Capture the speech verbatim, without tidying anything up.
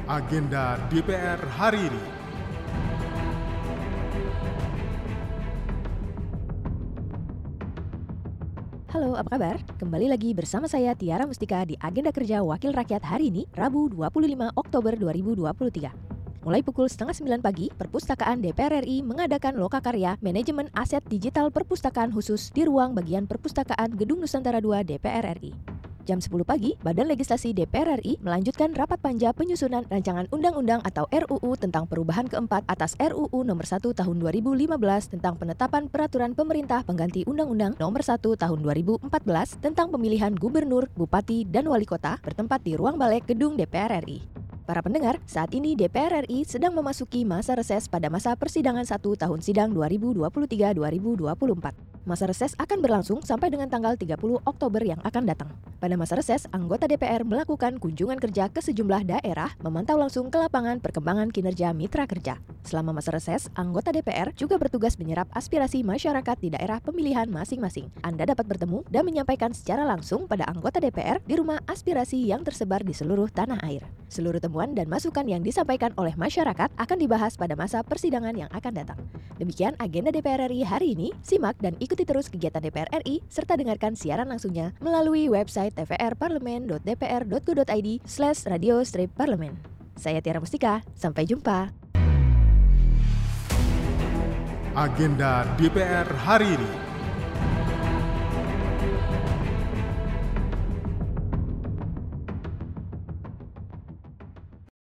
Agenda D P R hari ini. Halo, apa kabar? Kembali lagi bersama saya Tiara Mustika di Agenda Kerja Wakil Rakyat hari ini, Rabu dua puluh lima Oktober dua ribu dua puluh tiga. Mulai pukul setengah sembilan pagi, Perpustakaan D P R R I mengadakan Lokakarya Manajemen Aset Digital Perpustakaan Khusus di ruang bagian Perpustakaan Gedung Nusantara dua D P R R I. Jam sepuluh pagi, Badan Legislasi D P R R I melanjutkan rapat panja penyusunan rancangan undang-undang atau R U U tentang perubahan keempat atas R U U nomor satu tahun dua ribu lima belas tentang penetapan peraturan pemerintah pengganti Undang-Undang nomor satu tahun dua ribu empat belas tentang pemilihan gubernur, bupati, dan wali kota bertempat di ruang balik gedung D P R R I. Para pendengar, saat ini D P R R I sedang memasuki masa reses pada masa persidangan satu tahun sidang dua ribu dua puluh tiga dua ribu dua puluh empat. Masa reses akan berlangsung sampai dengan tanggal tiga puluh Oktober yang akan datang. Pada masa reses, anggota D P R melakukan kunjungan kerja ke sejumlah daerah, memantau langsung ke lapangan perkembangan kinerja mitra kerja. Selama masa reses, anggota D P R juga bertugas menyerap aspirasi masyarakat di daerah pemilihan masing-masing. Anda dapat bertemu dan menyampaikan secara langsung pada anggota D P R di rumah aspirasi yang tersebar di seluruh tanah air. Seluruh temuan dan masukan yang disampaikan oleh masyarakat akan dibahas pada masa persidangan yang akan datang. Demikian agenda D P R R I hari ini. Simak dan ikuti terus kegiatan D P R R I serta dengarkan siaran langsungnya melalui website tvr-parlemen dot d p r dot go dot i d slash radio strip parlemen. Saya Tiara Mustika, sampai jumpa. Agenda D P R hari ini.